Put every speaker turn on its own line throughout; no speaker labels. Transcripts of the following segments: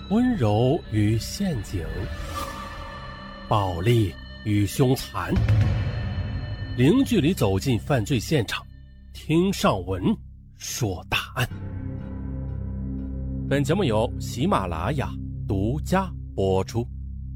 温柔与陷阱，暴力与凶残，零距离走进犯罪现场，听上文说大案。本节目由喜马拉雅独家播出。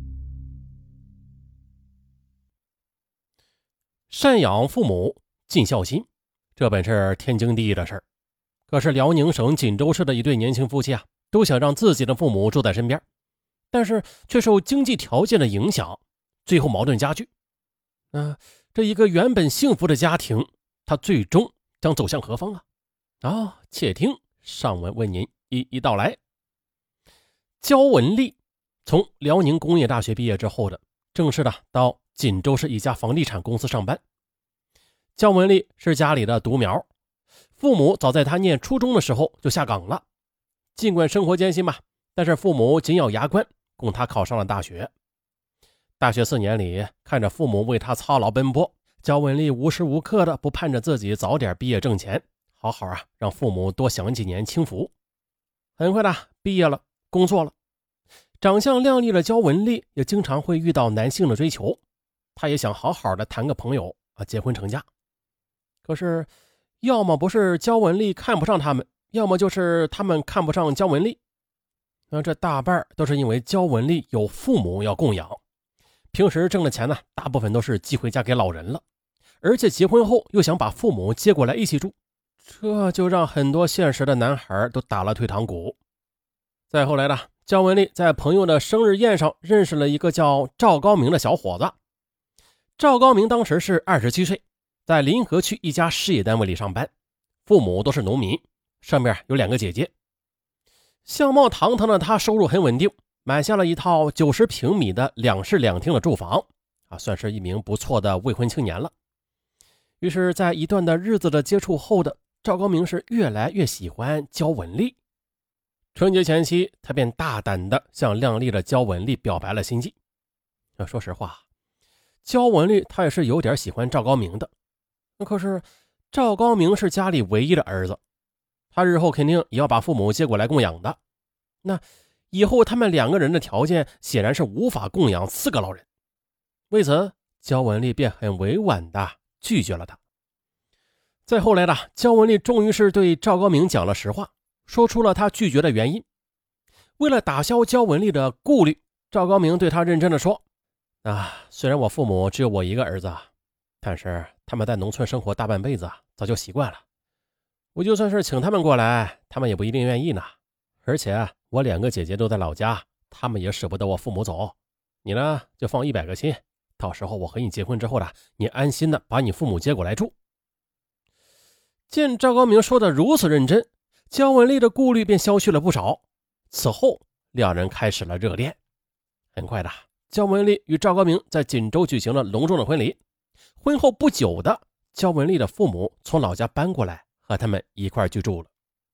赡养父母尽孝心，这本是天经地义的事儿。可是辽宁省锦州市的一对年轻夫妻都想让自己的父母住在身边，但是却受经济条件的影响，最后矛盾加剧。这一个原本幸福的家庭，它最终将走向何方啊？且听上文为您一一道来。焦文丽从辽宁工业大学毕业之后正式到锦州市一家房地产公司上班。焦文丽是家里的独苗，父母早在他念初中的时候就下岗了。尽管生活艰辛但是父母紧咬牙关，供他考上了大学。大学4年里，看着父母为他操劳奔波，焦文丽无时无刻的不盼着自己早点毕业挣钱，好好让父母多享几年清福。很快毕业了，工作了。长相靓丽的焦文丽也经常会遇到男性的追求，她也想好好的谈个朋友结婚成家。可是要么不是焦文丽看不上他们，要么就是他们看不上焦文丽。这大半都是因为焦文丽有父母要供养，平时挣的钱大部分都是寄回家给老人了，而且结婚后又想把父母接过来一起住，这就让很多现实的男孩都打了退堂鼓。再后来焦文丽在朋友的生日宴上认识了一个叫赵高明的小伙子。赵高明当时是27岁，在临河区一家事业单位里上班，父母都是农民，上面有2个姐姐。相貌堂堂的他收入很稳定，买下了一套90平米的2室2厅的住房，算是一名不错的未婚青年了。于是在一段的日子的接触后赵高明是越来越喜欢焦文丽。春节前夕，他便大胆地向靓丽的焦文丽表白了心迹。说实话，焦文丽他也是有点喜欢赵高明的，可是赵高明是家里唯一的儿子，他日后肯定也要把父母接过来供养的。那以后他们2个人的条件显然是无法供养4个老人，为此焦文丽便很委婉地拒绝了他。再后来焦文丽终于是对赵高明讲了实话，说出了他拒绝的原因。为了打消焦文丽的顾虑，赵高明对他认真地说，虽然我父母只有我一个儿子，但是他们在农村生活大半辈子，早就习惯了。我就算是请他们过来，他们也不一定愿意呢。而且我2个姐姐都在老家，他们也舍不得我父母走。你呢，就放100个心，到时候我和你结婚之后你安心的把你父母接过来住。见赵高明说的如此认真，焦文丽的顾虑便消去了不少。此后2人开始了热恋。很快焦文丽与赵高明在锦州举行了隆重的婚礼。婚后不久焦文丽的父母从老家搬过来和他们一块居住了。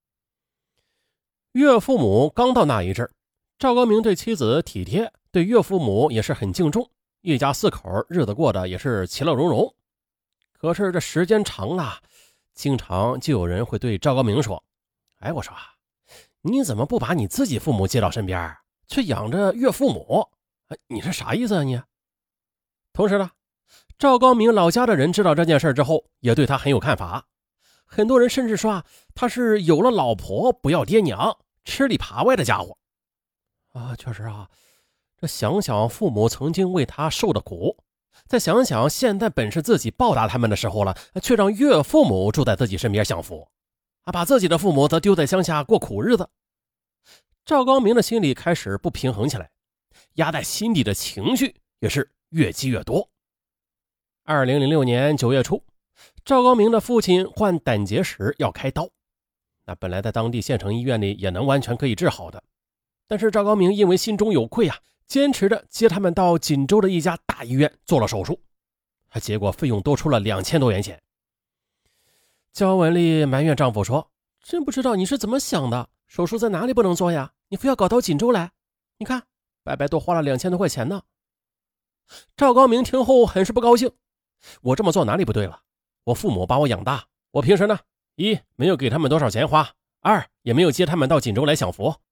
岳父母刚到那一阵，赵高明对妻子体贴，对岳父母也是很敬重，一家4口日子过得也是其乐融融。可是这时间长了，经常就有人会对赵高明说，我说你怎么不把你自己父母接到身边，却养着岳父母？你是啥意思你？同时赵高明老家的人知道这件事之后，也对他很有看法。很多人甚至说他是有了老婆不要爹娘，吃里扒外的家伙。确实这想想父母曾经为他受的苦，再想想现在本是自己报答他们的时候了，却让岳父母住在自己身边享福，把自己的父母则丢在乡下过苦日子。赵高明的心里开始不平衡起来，压在心底的情绪也是越积越多。2006年9月初，赵高明的父亲患胆结石要开刀，本来在当地县城医院里也能完全可以治好的，但是赵高明因为心中有愧坚持着接他们到锦州的一家大医院做了手术，结果费用多出了2000多元钱。焦文丽埋怨丈夫说，真不知道你是怎么想的，手术在哪里不能做呀？你非要搞到锦州来，你看白白多花了2000多块钱呢。赵高明听后很是不高兴，我这么做哪里不对了？我父母把我养大，我平时1没有给他们多少钱花，2也没有接他们到锦州来享福，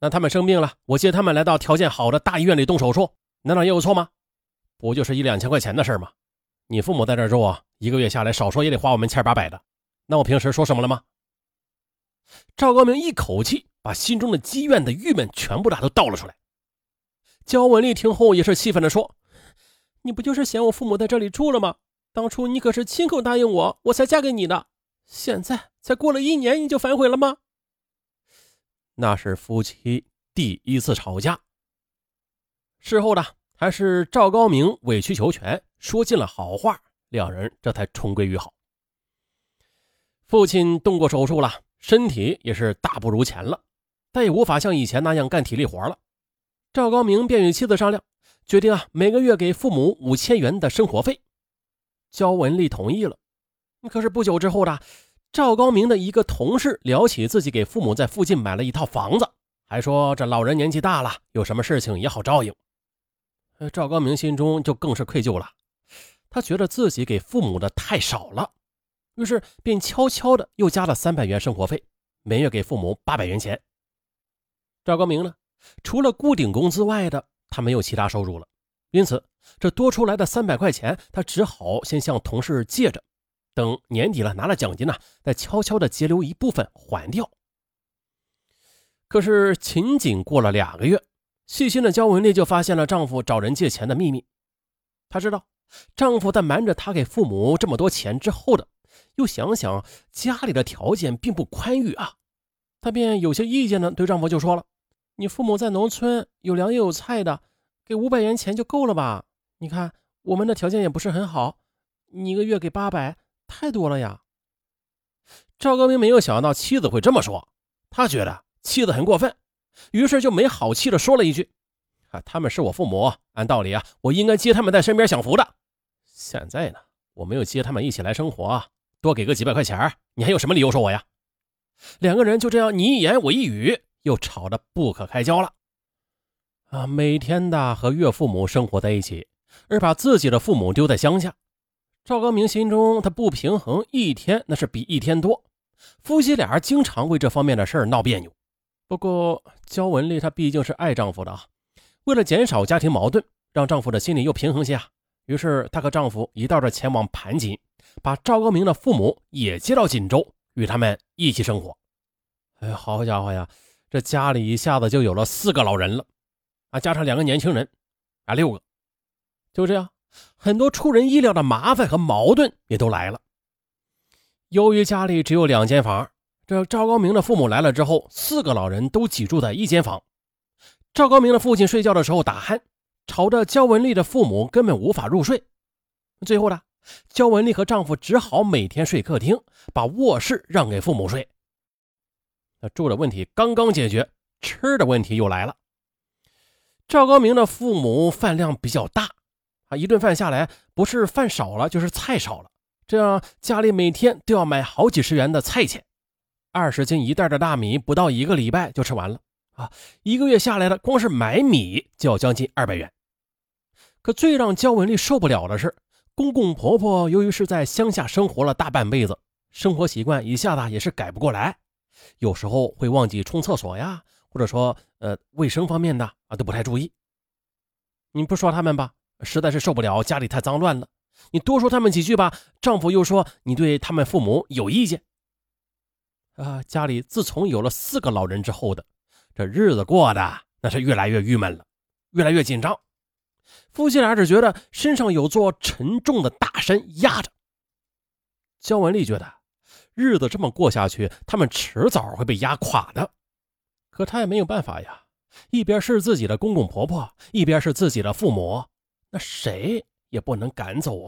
那他们生病了，我接他们来到条件好的大医院里动手术，难道也有错吗？不就是1、2千块钱的事吗？你父母在这儿住啊，一个月下来少说也得花我们700-800的，那我平时说什么了吗？赵高明一口气把心中的积怨的郁闷全部都倒了出来。焦文丽听后也是气愤地说，你不就是嫌我父母在这里住了吗？当初你可是亲口答应我，我才嫁给你的，现在才过了1年你就反悔了吗？那是夫妻第一次吵架。事后呢，还是赵高明委曲求全，说尽了好话，两人这才重归于好。父亲动过手术了，身体也是大不如前了，但也无法像以前那样干体力活了。赵高明便与妻子商量，决定每个月给父母5000元的生活费。焦文丽同意了。可是不久之后的，赵高明的一个同事聊起自己给父母在附近买了一套房子，还说这老人年纪大了，有什么事情也好照应。赵高明心中就更是愧疚了，他觉得自己给父母的太少了，于是便悄悄的又加了300元生活费，每月给父母800元钱。赵高明呢，除了固定工资外的，他没有其他收入了，因此这多出来的300块钱，他只好先向同事借着，等年底了拿了奖金呢，再悄悄的节流一部分还掉。可是仅仅过了2个月，细心的焦文丽就发现了丈夫找人借钱的秘密。她知道丈夫在瞒着她给父母这么多钱之后的，又想想家里的条件并不宽裕啊，她便有些意见呢，对丈夫就说了，你父母在农村有粮也有菜的，给500元钱就够了吧？你看我们的条件也不是很好，你一个月给800太多了呀。赵高明没有想到妻子会这么说，他觉得妻子很过分，于是就没好气的说了一句，他们是我父母，按道理我应该接他们在身边享福的，现在呢，我没有接他们一起来生活，多给个几百块钱，你还有什么理由说我呀？两个人就这样你一言我一语，又吵得不可开交了。每天的和岳父母生活在一起，而把自己的父母丢在乡下，赵高明心中他不平衡，一天那是比一天多，夫妻俩经常为这方面的事闹别扭。不过焦文丽她毕竟是爱丈夫的为了减少家庭矛盾，让丈夫的心里又平衡些于是她和丈夫一道的前往盘锦，把赵高明的父母也接到锦州，与他们一起生活。好家伙呀，这家里一下子就有了4个老人了加上2个年轻人6个。就这样，很多出人意料的麻烦和矛盾也都来了。由于家里只有2间房，这赵高明的父母来了之后，4个老人都挤住在1间房。赵高明的父亲睡觉的时候打鼾，吵着焦文丽的父母根本无法入睡。最后呢，焦文丽和丈夫只好每天睡客厅，把卧室让给父母睡。住的问题刚刚解决，吃的问题又来了。赵高明的父母饭量比较大一顿饭下来，不是饭少了就是菜少了，这样家里每天都要买好几十元的菜钱，20斤一袋的大米不到1个礼拜就吃完了一个月下来了，光是买米就要将近200元。可最让焦文丽受不了的是，公公婆婆由于是在乡下生活了大半辈子，生活习惯一下子也是改不过来，有时候会忘记冲厕所呀，或者说卫生方面的都不太注意。你不说他们吧，实在是受不了家里太脏乱了，你多说他们几句吧，丈夫又说你对他们父母有意见家里自从有了4个老人之后的，这日子过得那是越来越郁闷了，越来越紧张。夫妻俩只觉得身上有座沉重的大山压着。焦文丽觉得日子这么过下去，他们迟早会被压垮的。可她也没有办法呀，一边是自己的公公婆婆，一边是自己的父母，那谁也不能赶走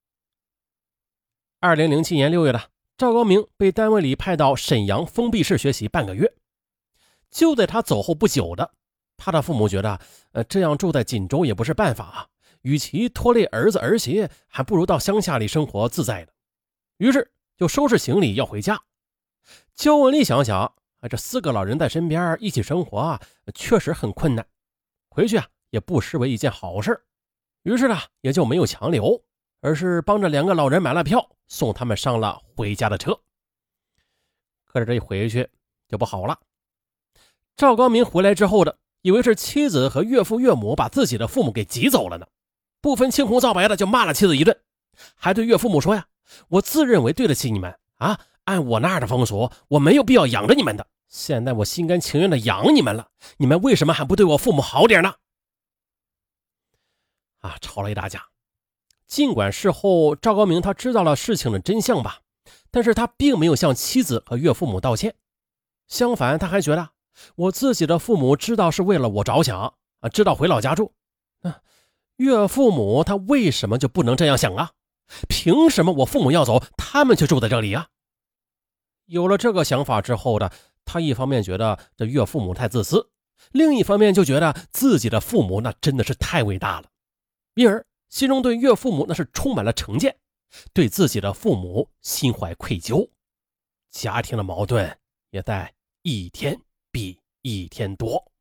2007年6月的，赵高明被单位里派到沈阳封闭式学习半个月。就在他走后不久的，他的父母觉得这样住在锦州也不是办法与其拖累儿子儿媳，还不如到乡下里生活自在的。于是就收拾行李要回家。焦文丽想想这4个老人在身边一起生活确实很困难，回去也不失为一件好事。于是也就没有强留，而是帮着2个老人买了票，送他们上了回家的车。可是这一回去就不好了， 赵高明回来之后的，以为是妻子和岳父岳母把自己的父母给挤走了呢，不分青红皂白的就骂了妻子一顿，还对岳父母说呀，我自认为对得起你们啊，按我那儿的风俗，我没有必要养着你们的，现在我心甘情愿的养你们了，你们为什么还不对我父母好点呢？吵了一大架。尽管事后赵高明他知道了事情的真相吧，但是他并没有向妻子和岳父母道歉，相反他还觉得我自己的父母知道是为了我着想知道回老家住，岳父母他为什么就不能这样想啊？凭什么我父母要走，他们却住在这里啊？有了这个想法之后的他，一方面觉得这岳父母太自私，另一方面就觉得自己的父母那真的是太伟大了，因而心中对岳父母那是充满了成见，对自己的父母心怀愧疚，家庭的矛盾也在一天比一天多。